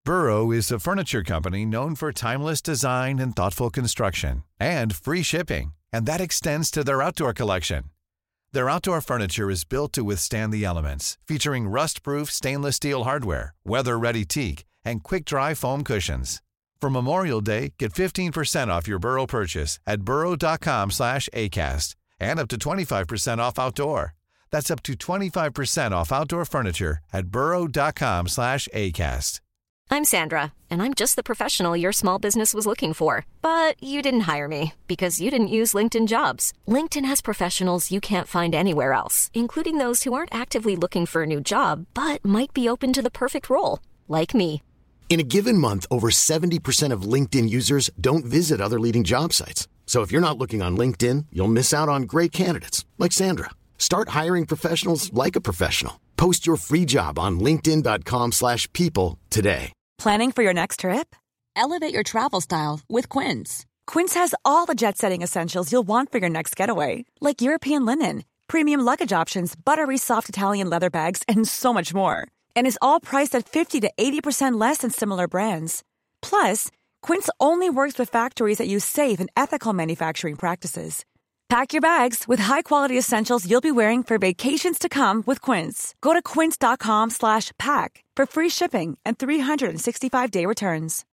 Burrow is a furniture company known for timeless design and thoughtful construction, and free shipping, and that extends to their outdoor collection. Their outdoor furniture is built to withstand the elements, featuring rust-proof stainless steel hardware, weather-ready teak, and quick-dry foam cushions. For Memorial Day, get 15% off your Burrow purchase at burrow.com/acast, and up to 25% off outdoor. That's up to 25% off outdoor furniture at burrow.com/acast. I'm Sandra, and I'm just the professional your small business was looking for. But you didn't hire me because you didn't use LinkedIn Jobs. LinkedIn has professionals you can't find anywhere else, including those who aren't actively looking for a new job, but might be open to the perfect role, like me. In a given month, over 70% of LinkedIn users don't visit other leading job sites. So if you're not looking on LinkedIn, you'll miss out on great candidates like Sandra. Start hiring professionals like a professional. Post your free job on linkedin.com/people today. Planning for your next trip? Elevate your travel style with Quince. Quince has all the jet-setting essentials you'll want for your next getaway, like European linen, premium luggage options, buttery soft Italian leather bags, and so much more. And is all priced at 50 to 80% less than similar brands. Plus, Quince only works with factories that use safe and ethical manufacturing practices. Pack your bags with high-quality essentials you'll be wearing for vacations to come with Quince. Go to quince.com/pack for free shipping and 365-day returns.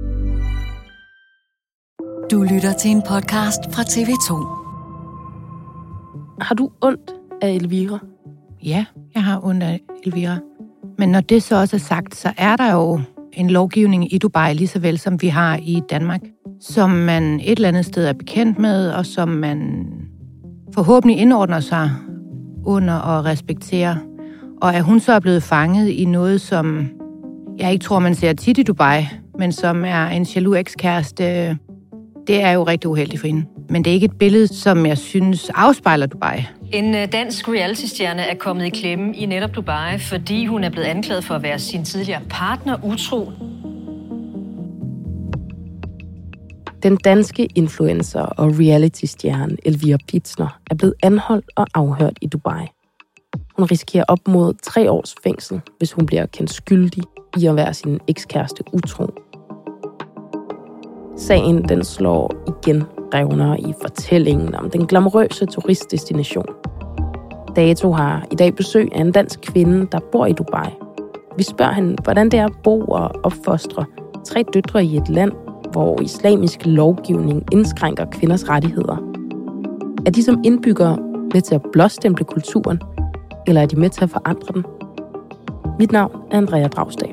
Du lytter til en podcast fra TV2. Har du ondt af Elvira? Ja, jeg har ondt af Elvira. Men når det så også er sagt, så er der jo en lovgivning i Dubai, lige så vel som vi har i Danmark, som man et eller andet sted er bekendt med, og som man forhåbentlig indordner sig under og respekterer. Og at hun så er blevet fanget i noget, som jeg ikke tror, man ser tit i Dubai, men som er en jaloux ekskæreste, det er jo rigtig uheldigt for hende. Men det er ikke et billede, som jeg synes afspejler Dubai. En dansk reality-stjerne er kommet i klemme i netop Dubai, fordi hun er blevet anklaget for at være sin tidligere partner utro. Den danske influencer og reality-stjerne Elvira Pietzner er blevet anholdt og afhørt i Dubai. Hun risikerer op mod 3 års fængsel, hvis hun bliver kendt skyldig i at være sin ekskæreste utro. Sagen den slår igen revner i fortællingen om den glamourøse turistdestination. Dato har i dag besøg af en dansk kvinde, der bor i Dubai. Vi spørger hende, hvordan det er at bo og opfostre 3 døtre i et land, hvor islamisk lovgivning indskrænker kvinders rettigheder. Er de som indbyggere med til at blåstemple kulturen, eller er de med til at forandre den? Mit navn er Andrea Dragsdahl.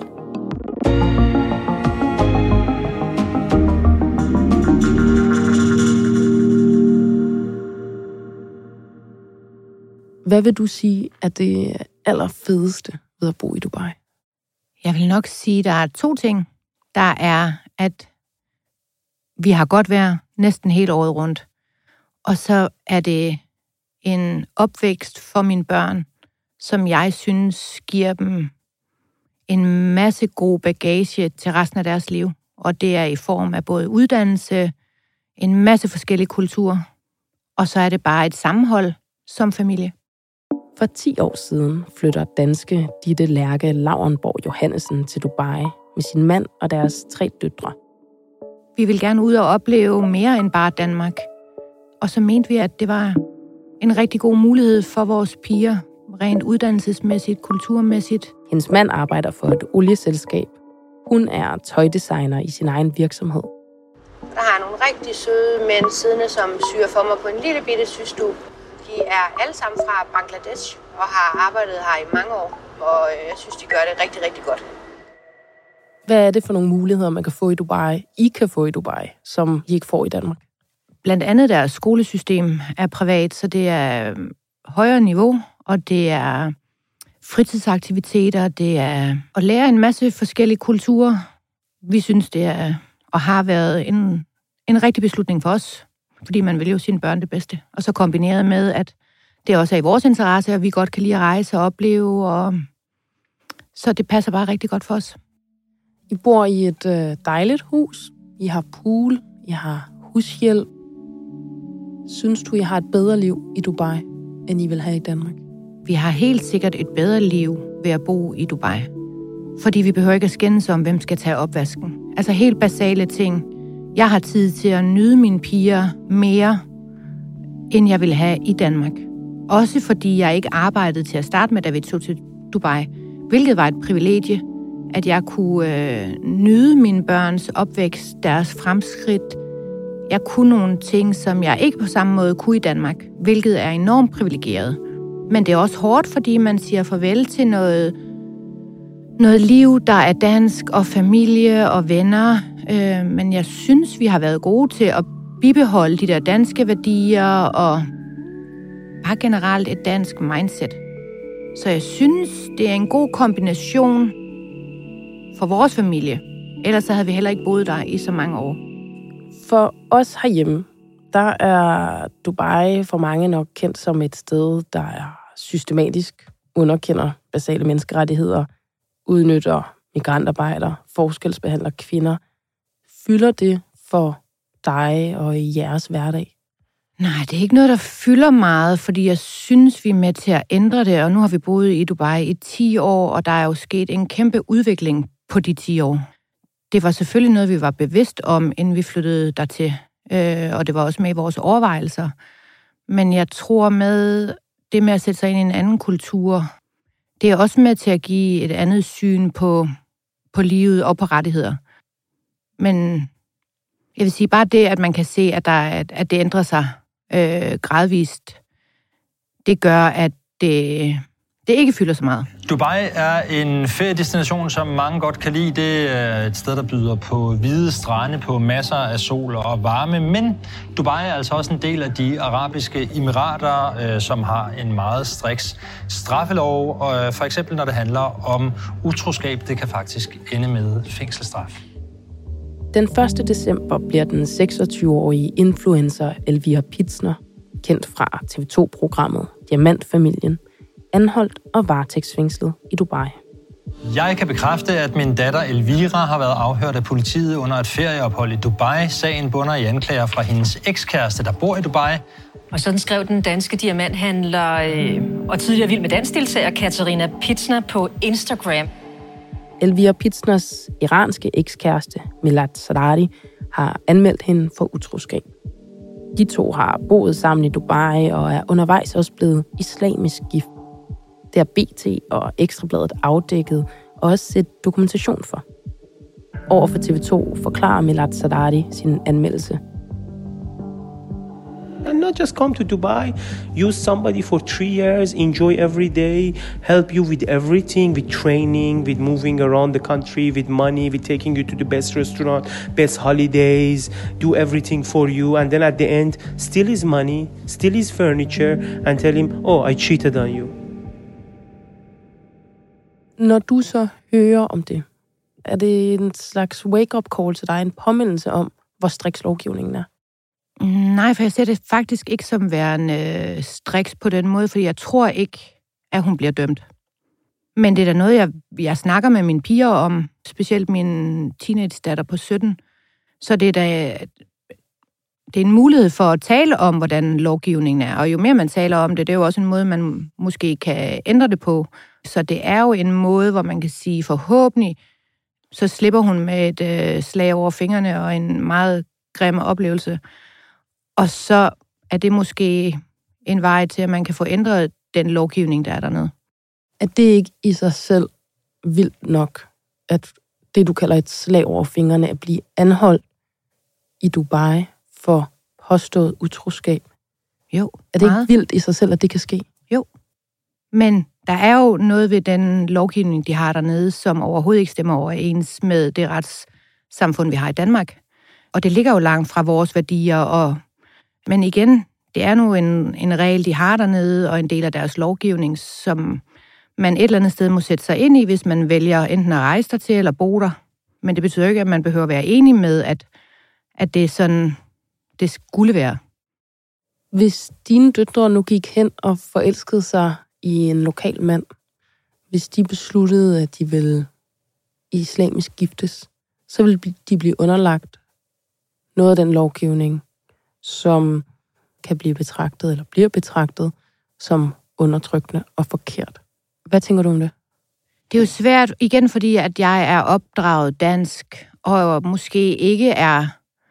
Hvad vil du sige er det allerfedeste ved at bo i Dubai? Jeg vil nok sige, at der er 2 ting. Der er, at vi har godt vejr næsten hele året rundt. Og så er det en opvækst for mine børn, som jeg synes giver dem en masse god bagage til resten af deres liv. Og det er i form af både uddannelse, en masse forskellige kulturer, og så er det bare et sammenhold som familie. For 10 år siden flytter danske Ditte Lærke Lauenborg Johannesen til Dubai med sin mand og deres 3 døtre. Vi vil gerne ud og opleve mere end bare Danmark. Og så mente vi, at det var en rigtig god mulighed for vores piger, rent uddannelsesmæssigt, kulturmæssigt. Hendes mand arbejder for et olieselskab. Hun er tøjdesigner i sin egen virksomhed. Der har jeg nogle rigtig søde mænd siddende, som syr for mig på en lille bitte systue. De er alle sammen fra Bangladesh og har arbejdet her i mange år, og jeg synes, de gør det rigtig, rigtig godt. Hvad er det for nogle muligheder, man kan få i Dubai, I kan få i Dubai, som I ikke får i Danmark? Blandt andet deres skolesystem er privat, så det er højere niveau, og det er fritidsaktiviteter, det er at lære en masse forskellige kulturer. Vi synes, det er og har været en rigtig beslutning for os, fordi man vil jo sine børn det bedste. Og så kombineret med, at det også er i vores interesse, og vi godt kan lide at rejse og opleve, og så det passer bare rigtig godt for os. I bor i et dejligt hus. I har pool. I har hushjælp. Synes du, I har et bedre liv i Dubai, end I vil have i Danmark? Vi har helt sikkert et bedre liv ved at bo i Dubai. Fordi vi behøver ikke at skændes om, hvem skal tage opvasken. Altså helt basale ting. Jeg har tid til at nyde mine piger mere, end jeg ville have i Danmark. Også fordi jeg ikke arbejdede til at starte med, da vi tog til Dubai. Hvilket var et privilegie, at jeg kunne nyde mine børns opvækst, deres fremskridt. Jeg kunne nogle ting, som jeg ikke på samme måde kunne i Danmark, hvilket er enormt privilegeret. Men det er også hårdt, fordi man siger farvel til noget liv, der er dansk, og familie og venner. Men jeg synes, vi har været gode til at bibeholde de der danske værdier og bare generelt et dansk mindset. Så jeg synes, det er en god kombination for vores familie. Ellers så havde vi heller ikke boet der i så mange år. For os herhjemme, der er Dubai for mange nok kendt som et sted, der er systematisk underkender basale menneskerettigheder, udnytter migrantarbejdere, forskelsbehandler kvinder. Fylder det for dig og i jeres hverdag? Nej, det er ikke noget, der fylder meget, fordi jeg synes, vi er med til at ændre det, og nu har vi boet i Dubai i 10 år, og der er jo sket en kæmpe udvikling på de 10 år. Det var selvfølgelig noget, vi var bevidst om, inden vi flyttede dertil, og det var også med i vores overvejelser. Men jeg tror med det med at sætte sig ind i en anden kultur, det er også med til at give et andet syn på livet og på rettigheder. Men jeg vil sige bare det, at man kan se, at det ændrer sig gradvist, det gør, at det ikke fylder så meget. Dubai er en feriedestination, som mange godt kan lide. Det er et sted, der byder på hvide strande, på masser af sol og varme. Men Dubai er altså også en del af de arabiske emirater, som har en meget striks straffelov. Og for eksempel når det handler om utroskab, det kan faktisk ende med fængselsstraf. Den 1. december bliver den 26-årige influencer Elvira Pitzner, kendt fra TV2-programmet Diamantfamilien, anholdt og varetægtsfængslet i Dubai. Jeg kan bekræfte, at min datter Elvira har været afhørt af politiet under et ferieophold i Dubai. Sagen bunder i anklager fra hendes ekskæreste, der bor i Dubai. Og sådan skrev den danske diamanthandler og tidligere Vild med Dans-deltager Katarina Pitzner på Instagram. Elvira Pitzners iranske ekskæreste, Milad Sadari, har anmeldt hende for utroskab. De to har boet sammen i Dubai og er undervejs også blevet islamisk gift. Det har BT og Ekstrabladet afdækket og også set dokumentation for. Over for TV2 forklarer Milad Sadari sin anmeldelse. And not just come to Dubai, use somebody for 3 years, enjoy every day, help you with everything, with training, with moving around the country, with money, with taking you to the best restaurant, best holidays, do everything for you, and then at the end, steal his money, steal his furniture, and tell him, oh, I cheated on you. Når du så hører om det, er det en slags wake-up call til dig, en påmindelse om, hvor striks lovgivningen er? Nej, for jeg ser det faktisk ikke som værende striks på den måde, fordi jeg tror ikke, at hun bliver dømt. Men det er da noget, jeg snakker med mine piger om, specielt min teenage-datter på 17. Så det er en mulighed for at tale om, hvordan lovgivningen er. Og jo mere man taler om det, det er jo også en måde, man måske kan ændre det på. Så det er jo en måde, hvor man kan sige forhåbentlig, så slipper hun med et slag over fingrene og en meget grim oplevelse. Og så er det måske en vej til, at man kan få ændret den lovgivning, der er dernede. Er det ikke i sig selv vildt nok, at det, du kalder et slag over fingrene, at blive anholdt i Dubai for påstået utroskab? Jo. Er det ikke vildt i sig selv, at det kan ske? Jo. Men der er jo noget ved den lovgivning, de har dernede, som overhovedet ikke stemmer overens med det retssamfund, vi har i Danmark. Og det ligger jo langt fra vores værdier. Men igen, det er nu en regel, de har dernede, og en del af deres lovgivning, som man et eller andet sted må sætte sig ind i, hvis man vælger enten at rejse der til eller bo der. Men det betyder ikke, at man behøver at være enig med, at det er sådan, det skulle være. Hvis dine døtre nu gik hen og forelskede sig i en lokal mand, hvis de besluttede, at de ville islamisk giftes, så ville de blive underlagt noget af den lovgivning, som kan blive betragtet, eller bliver betragtet, som undertrykkende og forkert. Hvad tænker du om det? Det er jo svært, igen fordi, at jeg er opdraget dansk, og måske ikke er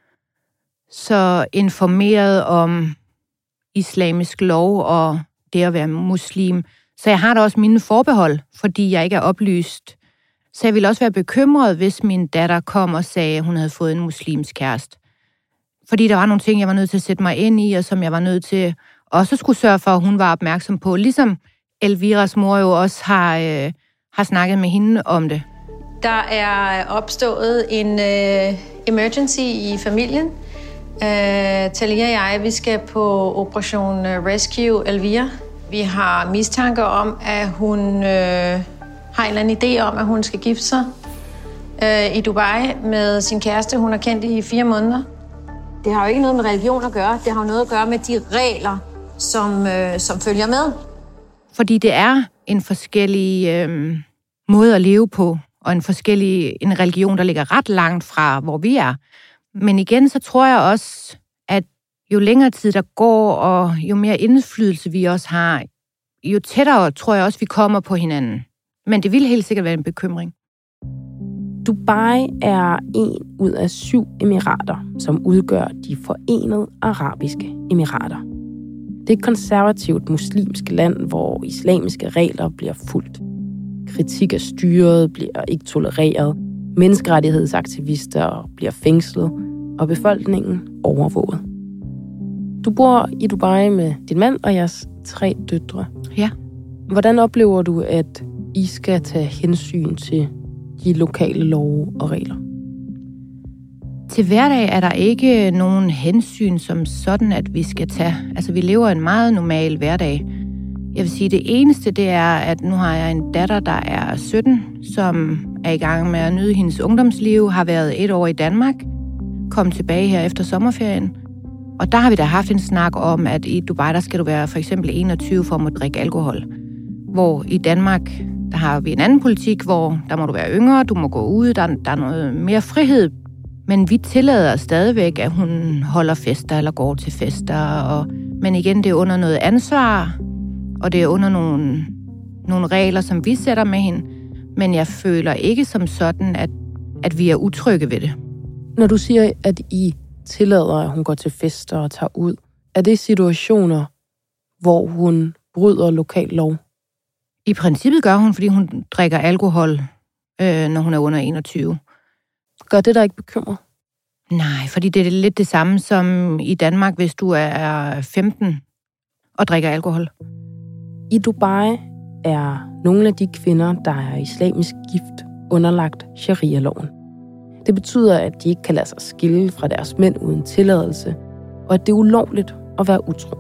så informeret om islamisk lov og det at være muslim. Så jeg har da også mine forbehold, fordi jeg ikke er oplyst. Så jeg ville også være bekymret, hvis min datter kom og sagde, at hun havde fået en muslimsk kæreste. Fordi der var nogle ting, jeg var nødt til at sætte mig ind i, og som jeg var nødt til også skulle sørge for, at hun var opmærksom på. Ligesom Elviras mor jo også har snakket med hende om det. Der er opstået en emergency i familien. Talia og jeg, vi skal på Operation Rescue Elvira. Vi har mistanke om, at hun har en eller anden idé om, at hun skal gifte sig i Dubai med sin kæreste. Hun har kendt i 4 måneder. Det har jo ikke noget med religion at gøre. Det har jo noget at gøre med de regler, som følger med. Fordi det er en forskellig måde at leve på, og en religion, der ligger ret langt fra, hvor vi er. Men igen, så tror jeg også, at jo længere tid der går, og jo mere indflydelse vi også har, jo tættere tror jeg også, vi kommer på hinanden. Men det vil helt sikkert være en bekymring. Dubai er 1 ud af 7 emirater, som udgør de Forenede Arabiske Emirater. Det er et konservativt muslimsk land, hvor islamiske regler bliver fulgt. Kritik af styret bliver ikke tolereret. Menneskerettighedsaktivister bliver fængslet, og befolkningen overvåget. Du bor i Dubai med din mand og jeres 3 døtre. Ja. Hvordan oplever du, at I skal tage hensyn til de lokale love og regler? Til hverdag er der ikke nogen hensyn som sådan, at vi skal tage. Altså, vi lever en meget normal hverdag. Jeg vil sige, det eneste, det er, at nu har jeg en datter, der er 17, som er i gang med at nyde hendes ungdomsliv, har været 1 år i Danmark, kom tilbage her efter sommerferien. Og der har vi da haft en snak om, at i Dubai, der skal du være for eksempel 21 for at må drikke alkohol. Hvor i Danmark, der har vi en anden politik, hvor der må du være yngre, du må gå ud, der er noget mere frihed. Men vi tillader stadigvæk, at hun holder fester eller går til fester. Men igen, det er under noget ansvar, og det er under nogle regler, som vi sætter med hende. Men jeg føler ikke som sådan, at vi er utrygge ved det. Når du siger, at I tillader, at hun går til fester og tager ud, er det situationer, hvor hun bryder lokal lov? I princippet gør hun, fordi hun drikker alkohol, når hun er under 21. Gør det dig ikke bekymret? Nej, fordi det er lidt det samme som i Danmark, hvis du er 15 og drikker alkohol. I Dubai er nogle af de kvinder, der er islamisk gift, underlagt sharia-loven. Det betyder, at de ikke kan lade sig skille fra deres mænd uden tilladelse, og at det er ulovligt at være utro.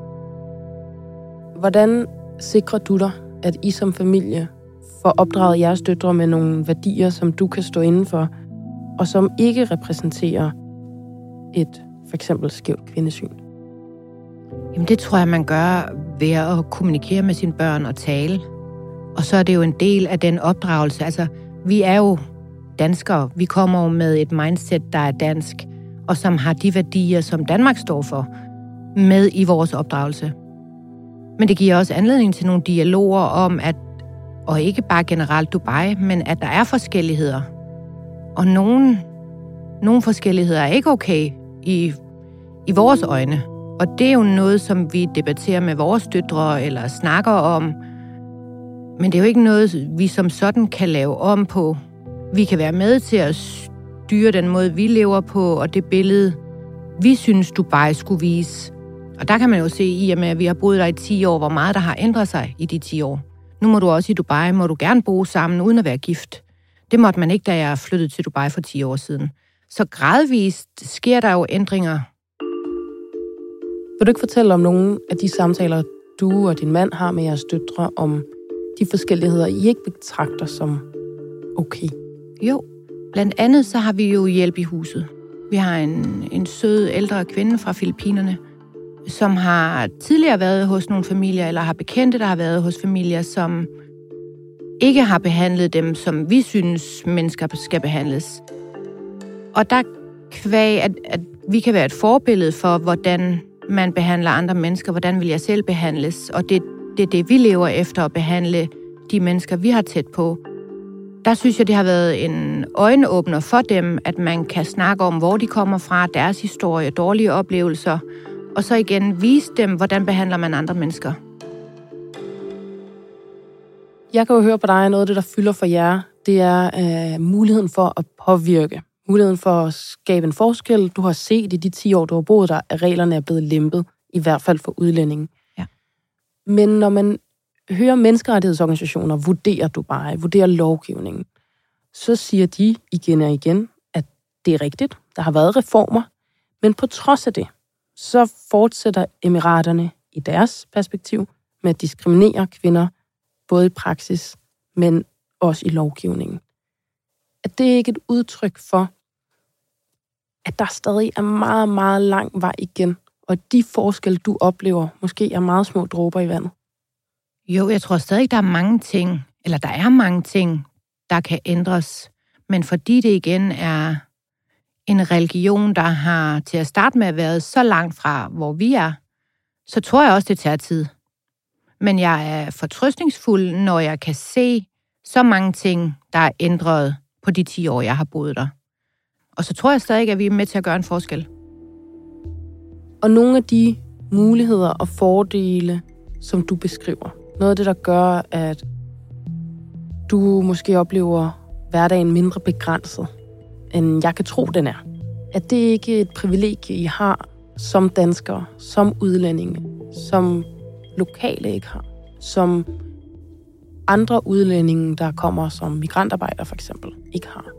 Hvordan sikrer du dig, at I som familie får opdraget jeres døtre med nogle værdier, som du kan stå inden for, og som ikke repræsenterer et for eksempel skævt kvindesyn? Jamen det tror jeg, man gør ved at kommunikere med sine børn og tale. Og så er det jo en del af den opdragelse. Altså, vi er jo danskere. Vi kommer jo med et mindset, der er dansk, og som har de værdier, som Danmark står for, med i vores opdragelse. Men det giver også anledning til nogle dialoger om, at, og ikke bare generelt Dubai, men at der er forskelligheder. Og nogle forskelligheder er ikke okay i vores øjne. Og det er jo noget, som vi debatterer med vores døtre eller snakker om. Men det er jo ikke noget, vi som sådan kan lave om på. Vi kan være med til at styre den måde, vi lever på, og det billede, vi synes, Dubai skulle vise. Og der kan man jo se, i og med, at vi har boet der i 10 år, hvor meget der har ændret sig i de 10 år. Nu må du også i Dubai, må du gerne bo sammen, uden at være gift. Det måtte man ikke, da jeg flyttede til Dubai for 10 år siden. Så gradvist sker der jo ændringer. Vil du ikke fortælle om nogle af de samtaler, du og din mand har med jeres døtre, om de forskelligheder, I ikke betragter som okay? Jo, blandt andet så har vi jo hjælp i huset. Vi har en sød ældre kvinde fra Filippinerne, som har tidligere været hos nogle familier, eller har bekendte, der har været hos familier, som ikke har behandlet dem, som vi synes, mennesker skal behandles. Og der kvæg, at vi kan være et forbillede for, hvordan man behandler andre mennesker, hvordan vil jeg selv behandles, og det er det, vi lever efter, at behandle de mennesker, vi har tæt på, Der synes jeg, det har været en øjenåbner for dem, at man kan snakke om, hvor de kommer fra, deres historie, dårlige oplevelser, og så igen vise dem, hvordan behandler man andre mennesker. Jeg kan jo høre på dig, noget af det, der fylder for jer, det er muligheden for at påvirke. Muligheden for at skabe en forskel. Du har set i de 10 år, du har boet der, at reglerne er blevet lempet, i hvert fald for udlændinge. Ja. Men når man hører menneskerettighedsorganisationer vurdere Dubai, vurdere lovgivningen, så siger de igen og igen, at det er rigtigt. Der har været reformer, men på trods af det, så fortsætter emiraterne i deres perspektiv med at diskriminere kvinder, både i praksis, men også i lovgivningen. At det ikke er et udtryk for, at der stadig er meget, meget lang vej igen, og de forskelle, du oplever, måske er meget små dråber i vandet. Jo, jeg tror stadig, der er mange ting, der kan ændres. Men fordi det igen er en religion, der har til at starte med været så langt fra, hvor vi er, så tror jeg også, det tager tid. Men jeg er fortrøstningsfuld, når jeg kan se så mange ting, der er ændret på de 10 år, jeg har boet der. Og så tror jeg stadig, at vi er med til at gøre en forskel. Og nogle af de muligheder og fordele, som du beskriver, noget af det, der gør, at du måske oplever hverdagen mindre begrænset, end jeg kan tro, den er. At det ikke er et privilegie, I har som danskere, som udlændinge, som lokale ikke har, som andre udlændinge, der kommer som migrantarbejdere for eksempel, ikke har.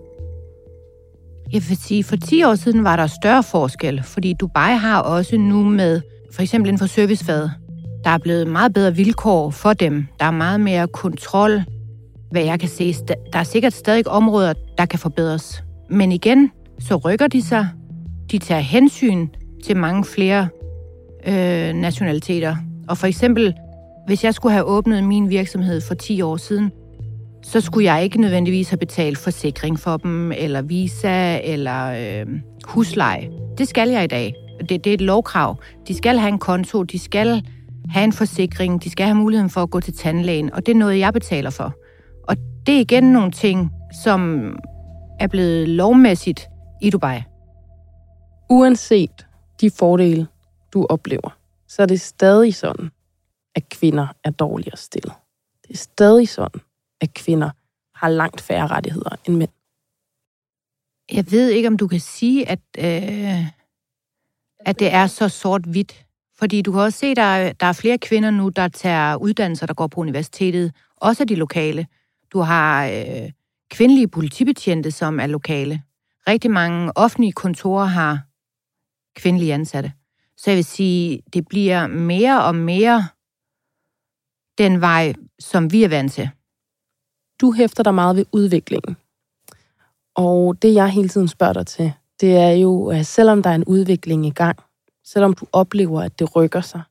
Jeg vil sige, for 10 år siden var der større forskel, fordi Dubai har også nu med, for eksempel inden for servicefaget, der er blevet meget bedre vilkår for dem. Der er meget mere kontrol, hvad jeg kan se. Der er sikkert stadig områder, der kan forbedres. Men igen, så rykker de sig. De tager hensyn til mange flere nationaliteter. Og for eksempel, hvis jeg skulle have åbnet min virksomhed for 10 år siden, så skulle jeg ikke nødvendigvis have betalt forsikring for dem, eller visa, eller husleje. Det skal jeg i dag. Det er et lovkrav. De skal have en konto, de skal have en forsikring, de skal have muligheden for at gå til tandlægen, og det er noget, jeg betaler for. Og det er igen nogle ting, som er blevet lovmæssigt i Dubai. Uanset de fordele, du oplever, så er det stadig sådan, at kvinder er dårligere stillet. Det er stadig sådan, at kvinder har langt færre rettigheder end mænd. Jeg ved ikke, om du kan sige, at det er så sort-hvidt. Fordi du kan også se, at der er flere kvinder nu, der tager uddannelser, der går på universitetet. Også de lokale. Du har kvindelige politibetjente, som er lokale. Rigtig mange offentlige kontorer har kvindelige ansatte. Så jeg vil sige, det bliver mere og mere den vej, som vi er vant til. Du hæfter dig meget ved udviklingen. Og det, jeg hele tiden spørger dig til, det er jo, at selvom der er en udvikling i gang, selvom du oplever, at det rykker sig,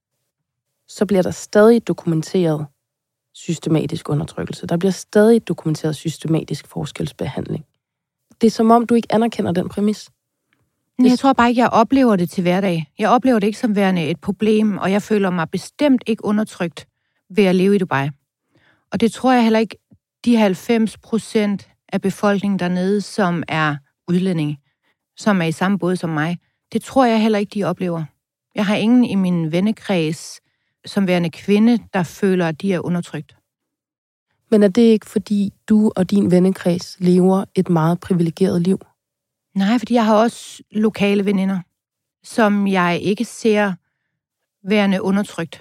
så bliver der stadig dokumenteret systematisk undertrykkelse. Der bliver stadig dokumenteret systematisk forskelsbehandling. Det er som om, du ikke anerkender den præmis. Jeg tror bare ikke, jeg oplever det til hverdag. Jeg oplever det ikke som værende et problem, og jeg føler mig bestemt ikke undertrykt ved at leve i Dubai. Og det tror jeg heller ikke, de 90% af befolkningen dernede, som er udlændinge, som er i samme båd som mig, det tror jeg heller ikke, de oplever. Jeg har ingen i min vennekreds, som værende kvinde, der føler, at de er undertrykt. Men er det ikke, fordi du og din vennekreds lever et meget privilegeret liv? Nej, fordi jeg har også lokale veninder, som jeg ikke ser værende undertrykt.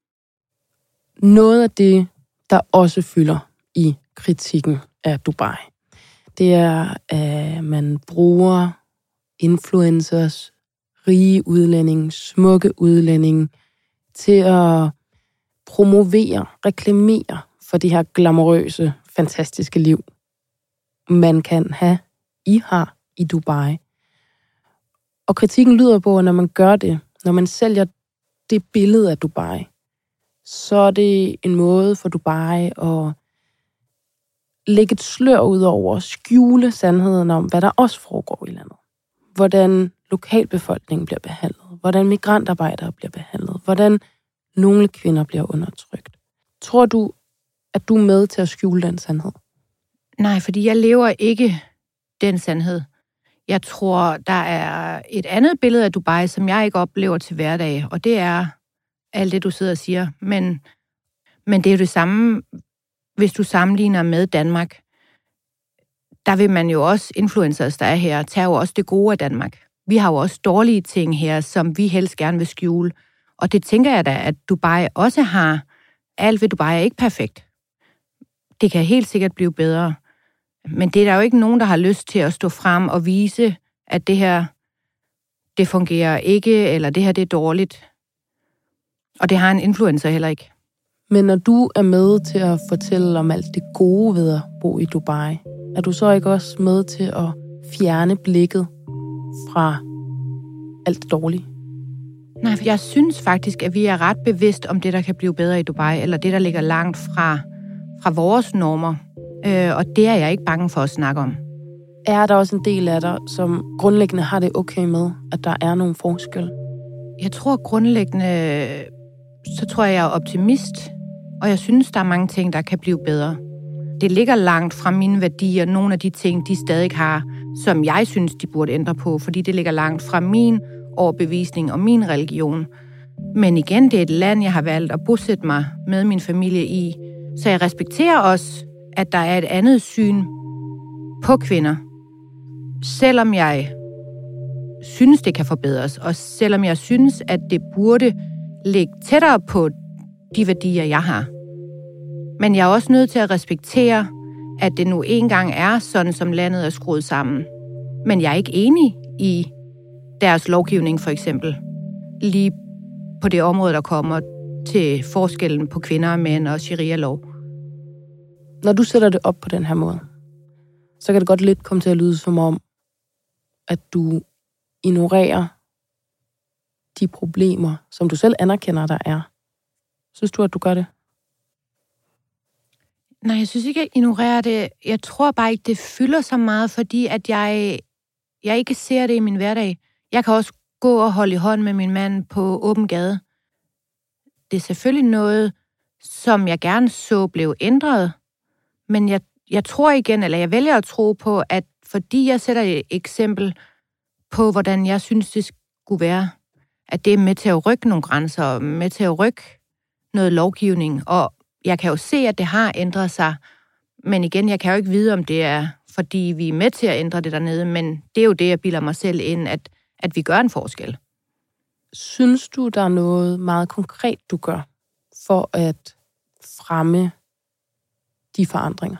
Noget af det, der også fylder i kritikken af Dubai, det er, at man bruger influencers, rige udlændinge, smukke udlændinge, til at promovere, reklamere for det her glamourøse, fantastiske liv, man kan have, I har i Dubai. Og kritikken lyder på, at når man gør det, når man sælger det billede af Dubai, så er det en måde for Dubai at lægge et slør ud over, skjule sandheden om, hvad der også foregår i landet. Hvordan lokalbefolkningen bliver behandlet, hvordan migrantarbejdere bliver behandlet, hvordan nogle kvinder bliver undertrykt. Tror du, at du er med til at skjule den sandhed? Nej, fordi jeg lever ikke den sandhed. Jeg tror, der er et andet billede af Dubai, som jeg ikke oplever til hverdag, og det er alt det, du sidder og siger. Men det er jo det samme, hvis du sammenligner med Danmark. Der vil man jo også, influencers, der er her, tager jo også det gode af Danmark. Vi har jo også dårlige ting her, som vi helst gerne vil skjule. Og det tænker jeg da, at Dubai også har. Alt ved Dubai er ikke perfekt. Det kan helt sikkert blive bedre. Men det er der jo ikke nogen, der har lyst til at stå frem og vise, at det her, det fungerer ikke, eller det her, det er dårligt. Og det har en influencer heller ikke. Men når du er med til at fortælle om alt det gode ved at bo i Dubai, er du så ikke også med til at fjerne blikket fra alt det dårlige? Nej, for jeg synes faktisk, at vi er ret bevidst om det, der kan blive bedre i Dubai, eller det, der ligger langt fra vores normer. Og det er jeg ikke bange for at snakke om. Er der også en del af dig, som grundlæggende har det okay med, at der er nogle forskelle? Jeg tror grundlæggende, så tror jeg er optimist, og jeg synes, der er mange ting, der kan blive bedre. Det ligger langt fra mine værdier, nogle af de ting, de stadig har, som jeg synes, de burde ændre på, fordi det ligger langt fra min overbevisning og min religion. Men igen, det er et land, jeg har valgt at bosætte mig med min familie i, så jeg respekterer også, at der er et andet syn på kvinder. Selvom jeg synes, det kan forbedres, og selvom jeg synes, at det burde ligge tættere på de værdier, jeg har. Men jeg er også nødt til at respektere, at det nu engang er sådan, som landet er skruet sammen. Men jeg er ikke enig i deres lovgivning, for eksempel. Lige på det område, der kommer til forskellen på kvinder og mænd og sharia-lov. Når du sætter det op på den her måde, så kan det godt lidt komme til at lyde som om, at du ignorerer de problemer, som du selv anerkender, der er. Synes du, at du gør det? Nej, jeg synes ikke, jeg ignorerer det. Jeg tror bare ikke, det fylder så meget, fordi at jeg ikke ser det i min hverdag. Jeg kan også gå og holde i hånd med min mand på åben gade. Det er selvfølgelig noget, som jeg gerne så blev ændret, men jeg tror igen, eller jeg vælger at tro på, at fordi jeg sætter et eksempel på, hvordan jeg synes, det skulle være, at det er med til at rykke nogle grænser, med til at rykke noget lovgivning, og jeg kan jo se, at det har ændret sig, men igen, jeg kan jo ikke vide, om det er, fordi vi er med til at ændre det dernede, men det er jo det, jeg bilder mig selv ind, at vi gør en forskel. Synes du, der er noget meget konkret, du gør for at fremme de forandringer?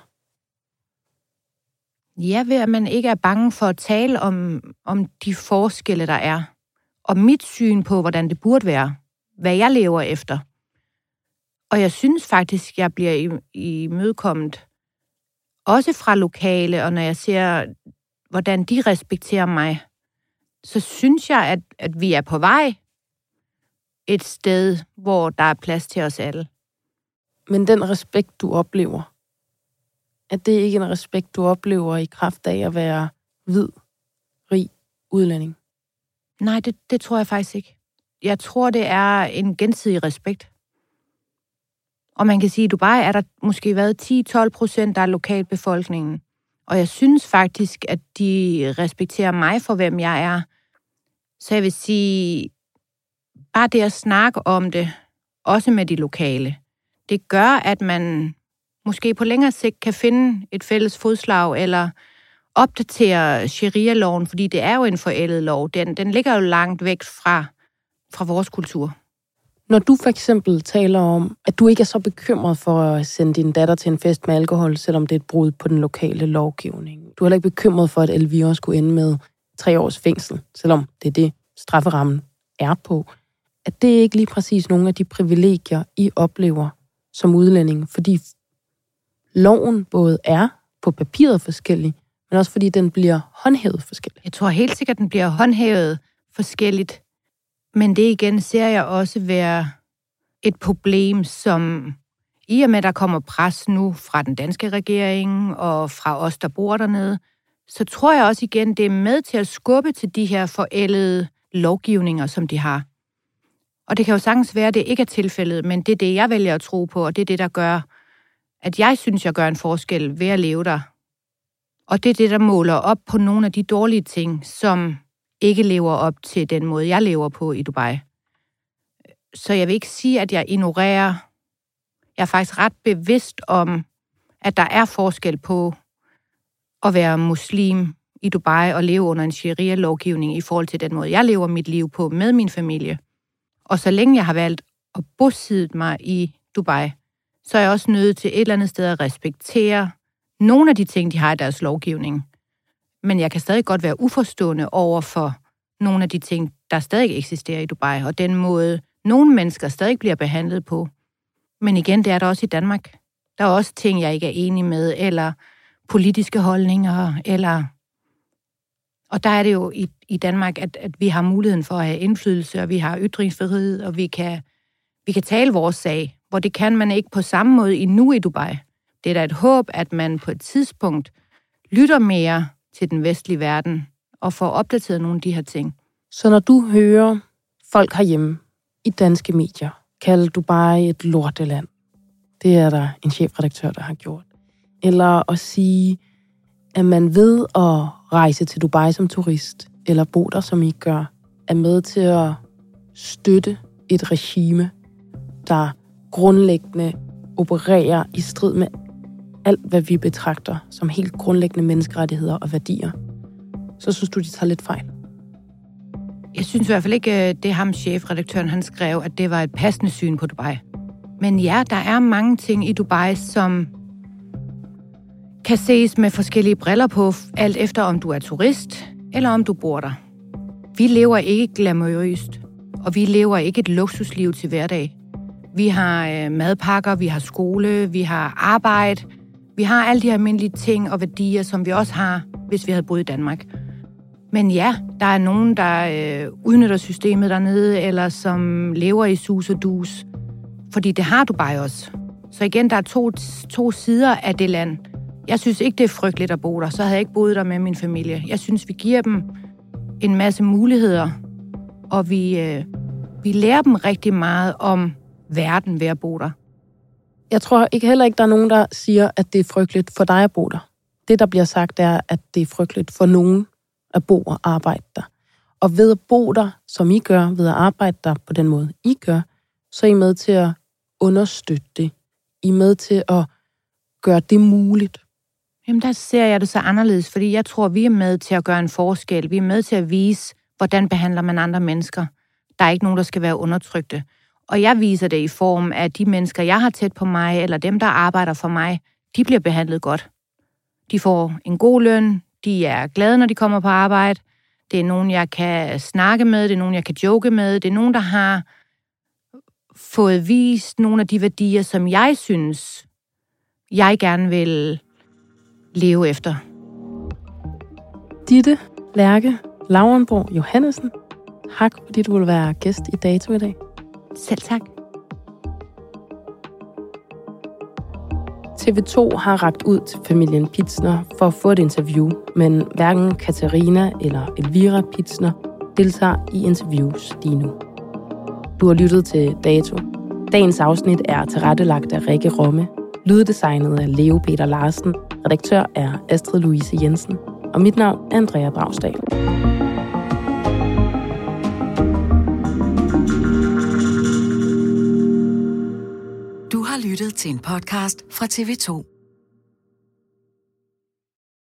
Ja, ved at man ikke er bange for at tale om de forskelle, der er, og mit syn på, hvordan det burde være, hvad jeg lever efter. Og jeg synes faktisk, jeg bliver imødekommet, også fra lokale, og når jeg ser, hvordan de respekterer mig, så synes jeg, at vi er på vej et sted, hvor der er plads til os alle. Men den respekt, du oplever, er det ikke en respekt, du oplever i kraft af at være hvid, rig udlænding? Nej, det tror jeg faktisk ikke. Jeg tror, det er en gensidig respekt. Og man kan sige, at i Dubai er der måske været 10-12%, der er lokalbefolkningen. Og jeg synes faktisk, at de respekterer mig for, hvem jeg er. Så jeg vil sige, bare det at snakke om det, også med de lokale, det gør, at man måske på længere sigt kan finde et fælles fodslag, eller opdatere sharia-loven, fordi det er jo en forældet lov. Den ligger jo langt væk fra vores kultur. Når du for eksempel taler om, at du ikke er så bekymret for at sende din datter til en fest med alkohol, selvom det er et brud på den lokale lovgivning. Du er heller ikke bekymret for, at Elvira skulle ende med 3 års fængsel, selvom det er det, strafferammen er på. At det ikke lige præcis nogle af de privilegier, I oplever som udlænding, fordi loven både er på papiret forskellig, men også fordi den bliver håndhævet forskelligt. Jeg tror helt sikkert, den bliver håndhævet forskelligt. Men det igen ser jeg også være et problem, som i og med, der kommer pres nu fra den danske regering og fra os, der bor dernede, så tror jeg også igen, det er med til at skubbe til de her forældede lovgivninger, som de har. Og det kan jo sagtens være, at det ikke er tilfældet, men det er det, jeg vælger at tro på, og det er det, der gør, at jeg synes, jeg gør en forskel ved at leve der, Og det er det, der måler op på nogle af de dårlige ting, som ikke lever op til den måde, jeg lever på i Dubai. Så jeg vil ikke sige, at jeg ignorerer. Jeg er faktisk ret bevidst om, at der er forskel på at være muslim i Dubai og leve under en sharia-lovgivning i forhold til den måde, jeg lever mit liv på med min familie. Og så længe jeg har valgt at bosætte mig i Dubai, så er jeg også nødt til et eller andet sted at respektere nogle af de ting, de har i deres lovgivning. Men jeg kan stadig godt være uforstående over for nogle af de ting, der stadig eksisterer i Dubai, og den måde, nogle mennesker stadig bliver behandlet på. Men igen, det er der også i Danmark. Der er også ting, jeg ikke er enig med, eller politiske holdninger, eller... Og der er det jo i Danmark, at vi har muligheden for at have indflydelse, og vi har ytringsfrihed, og vi kan tale vores sag, hvor det kan man ikke på samme måde endnu i Dubai. Det er da et håb, at man på et tidspunkt lytter mere til den vestlige verden og får opdateret nogle af de her ting. Så når du hører folk herhjemme i danske medier kalde Dubai et lorteland, det er der en chefredaktør, der har gjort. Eller at sige, at man ved at rejse til Dubai som turist, eller bo der, som I gør, er med til at støtte et regime, der grundlæggende opererer i strid med alt, hvad vi betragter som helt grundlæggende menneskerettigheder og værdier, så synes du, de tager lidt fejl? Jeg synes i hvert fald ikke, det ham chefredaktøren, han skrev, at det var et passende syn på Dubai. Men ja, der er mange ting i Dubai, som kan ses med forskellige briller på, alt efter om du er turist, eller om du bor der. Vi lever ikke glamourøst, og vi lever ikke et luksusliv til hverdag. Vi har madpakker, vi har skole, vi har arbejde, vi har alle de her almindelige ting og værdier, som vi også har, hvis vi havde boet i Danmark. Men ja, der er nogen, der udnytter systemet dernede, eller som lever i sus og dus, fordi det har Dubai også. Så igen, der er to sider af det land. Jeg synes ikke, det er frygteligt at bo der, så havde jeg ikke boet der med min familie. Jeg synes, vi giver dem en masse muligheder, og vi lærer dem rigtig meget om verden ved at bo der. Jeg tror heller ikke, der er nogen, der siger, at det er frygteligt for dig at bo der. Det, der bliver sagt, er, at det er frygteligt for nogen at bo og arbejde der. Og ved at bo der, som I gør, ved at arbejde der på den måde, I gør, så er I med til at understøtte det. I er med til at gøre det muligt. Jamen, der ser jeg det så anderledes, fordi jeg tror, vi er med til at gøre en forskel. Vi er med til at vise, hvordan behandler man andre mennesker. Der er ikke nogen, der skal være undertrykte. Og jeg viser det i form af de mennesker, jeg har tæt på mig, eller dem, der arbejder for mig, de bliver behandlet godt. De får en god løn, de er glade, når de kommer på arbejde. Det er nogen, jeg kan snakke med, det er nogen, jeg kan joke med, det er nogen, der har fået vist nogle af de værdier, som jeg synes, jeg gerne vil leve efter. Ditte Lærke Laurenborg Johannesen, tak fordi du vil være gæst i Dato i dag. Selv tak. TV2 har rakt ud til familien Pietzner for at få et interview, men hverken Katarina eller Elvira Pietzner deltager i interviews lige nu. Du har lyttet til Dato. Dagens afsnit er tilrettelagt af Rikke Romme, lyddesignet af Leo Peter Larsen, redaktør er Astrid Louise Jensen, og mit navn er Andrea Dragsdal. Du har lyttet til en podcast fra TV2.